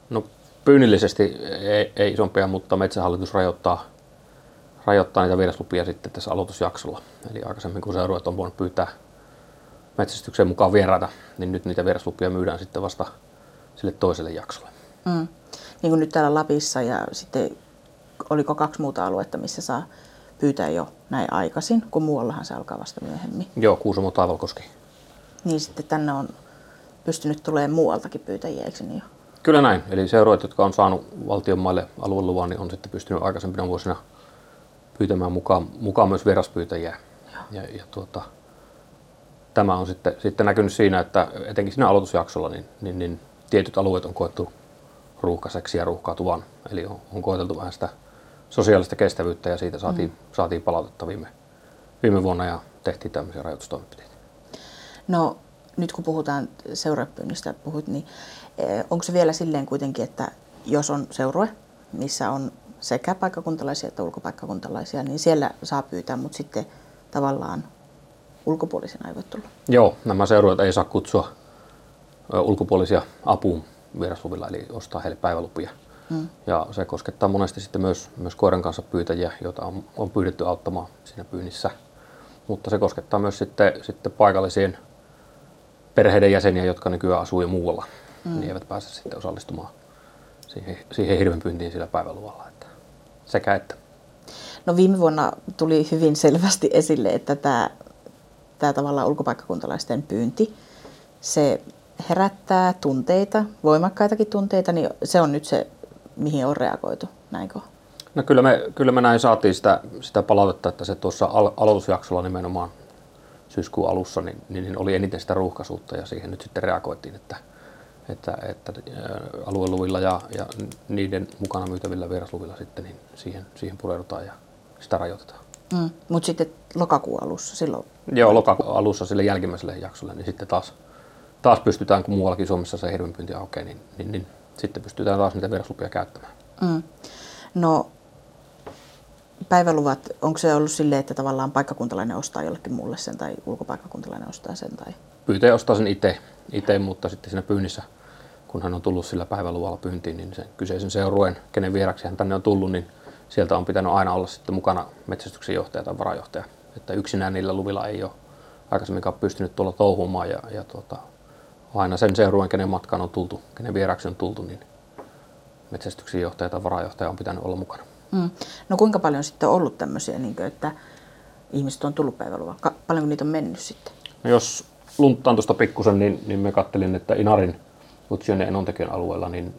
No pyynnillisesti ei isompia, mutta Metsähallitus rajoittaa niitä vieraslupia sitten tässä aloitusjaksolla. Eli aikaisemmin kun seurueet on voinut pyytää metsästykseen mukaan vieraita, niin nyt niitä vieraslupia myydään sitten vasta sille toiselle jaksolle. Niin kuin nyt täällä Lapissa ja sitten oliko 2 muuta aluetta, missä saa pyytää jo näin aikaisin, kun muuallahan se alkaa vasta myöhemmin. Joo, Kuusamo, Taivalkoski. Niin sitten tänne on pystynyt tulemaan muualtakin pyytäjiä, eikö niin jo? Kyllä näin. Eli seurueet, jotka on saanut valtion maille alueluvan, niin on sitten pystynyt aikaisempina vuosina pyytämään mukaan myös vieraspyytäjiä. Tämä on sitten näkynyt siinä, että etenkin siinä aloitusjaksolla niin tietyt alueet on koettu ruuhkaiseksi ja ruuhkautuvan. Eli on koeteltu vähän sitä sosiaalista kestävyyttä ja siitä saatiin palautetta viime vuonna ja tehtiin tämmöisiä rajoitustoimenpiteitä. No nyt kun puhutaan seuruepyynnistä, niin onko se vielä silleen kuitenkin, että jos on seurue, missä on sekä paikkakuntalaisia että ulkopaikkakuntalaisia, niin siellä saa pyytää, mutta sitten tavallaan ulkopuolisena ei voi tulla? Joo, nämä seurueet ei saa kutsua ulkopuolisia apuun vierasluvilla, eli ostaa heille päivälupia. Ja se koskettaa monesti sitten myös koiran kanssa pyytäjiä, joita on pyydetty auttamaan siinä pyynnissä. Mutta se koskettaa myös sitten paikallisien perheiden jäseniä, jotka nykyään asuu jo muualla, niin eivät pääse sitten osallistumaan siihen hirvenpyyntiin sillä päiväluvalla. Sekä että. No viime vuonna tuli hyvin selvästi esille, että tämä tavallaan ulkopaikkakuntalaisten pyynti, se herättää tunteita, voimakkaitakin tunteita, niin se on nyt se, mihin on reagoitu, näinkö? No kyllä me näin saatiin sitä palautetta, että se tuossa aloitusjaksolla nimenomaan syyskuun alussa niin oli eniten sitä ruuhkaisuutta ja siihen nyt sitten reagoitiin, että alueluvilla ja niiden mukana myytävillä vierasluvilla sitten niin siihen pureudutaan ja sitä rajoitetaan. Mutta sitten lokakuun alussa silloin? Joo, lokakuun alussa sille jälkimmäiselle jaksolle, niin sitten taas pystytään, kun muuallakin Suomessa se hirvenpyynti aukeaa, niin sitten pystytään taas niitä vieraslupia käyttämään. No päiväluvat, onko se ollut silleen, että tavallaan paikkakuntalainen ostaa jollekin muulle sen tai ulkopaikkakuntalainen ostaa sen? Tai? Pyytäjä ostaa sen itse, mutta sitten siinä pyynnissä, kun hän on tullut sillä päiväluvalla pyyntiin, niin sen kyseisen seurueen, kenen vieraksi hän tänne on tullut, niin sieltä on pitänyt aina olla sitten mukana metsästyksen johtaja tai varajohtaja. Että yksinään niillä luvilla ei ole aikaisemminkaan pystynyt tuolla touhumaan ja aina sen seurueen, kenen matkaan on tultu, kenen vieraksi on tultu, niin metsästyksen johtaja tai varajohtaja on pitänyt olla mukana. No kuinka paljon sitten on ollut tämmöisiä, että ihmiset on tullut päiväluvalla? Paljonko niitä on mennyt sitten? No jos lunttaan tuosta pikkusen, niin me kattelin, että Inarin Utsion ja Enontekiön alueella niin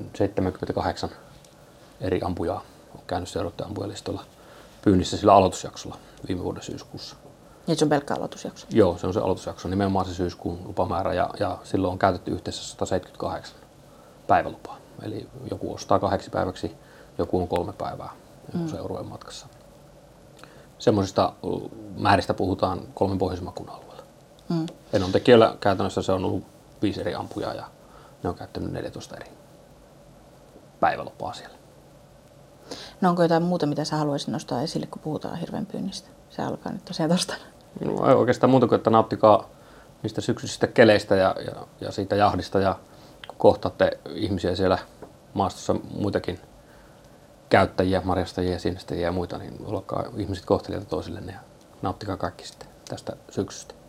78 eri ampujaa on käynyt seurueiden ampujalistolla pyynnissä sillä aloitusjaksolla viime vuoden syyskuussa. Niin se on pelkkä aloitusjakso? Joo, se on se aloitusjakso, nimenomaan se syyskuun lupamäärä ja silloin on käytetty yhteensä 178 päivälupaa. Eli joku ostaa 2 päiväksi, joku on 3 päivää seurueen matkassa. Semmoisista määristä puhutaan 3 pohjoismakuun alueella. Enontekiöllä käytännössä se on ollut 5 eri ampujaa ja ne on käyttänyt 14 eri päivälupaa siellä. No onko jotain muuta, mitä sä haluaisit nostaa esille, kun puhutaan hirvenpyynnistä? Se alkaa nyt tosiaan torstaina. No ei oikeastaan muuta kuin, että nauttikaa niistä syksyisistä keleistä ja siitä jahdista ja kun kohtaatte ihmisiä siellä maastossa muitakin käyttäjiä, marjastajia, sienistäjiä ja muita, niin olkaa ihmiset kohtelijoita toisillenne ja nauttikaa kaikki sitten tästä syksystä.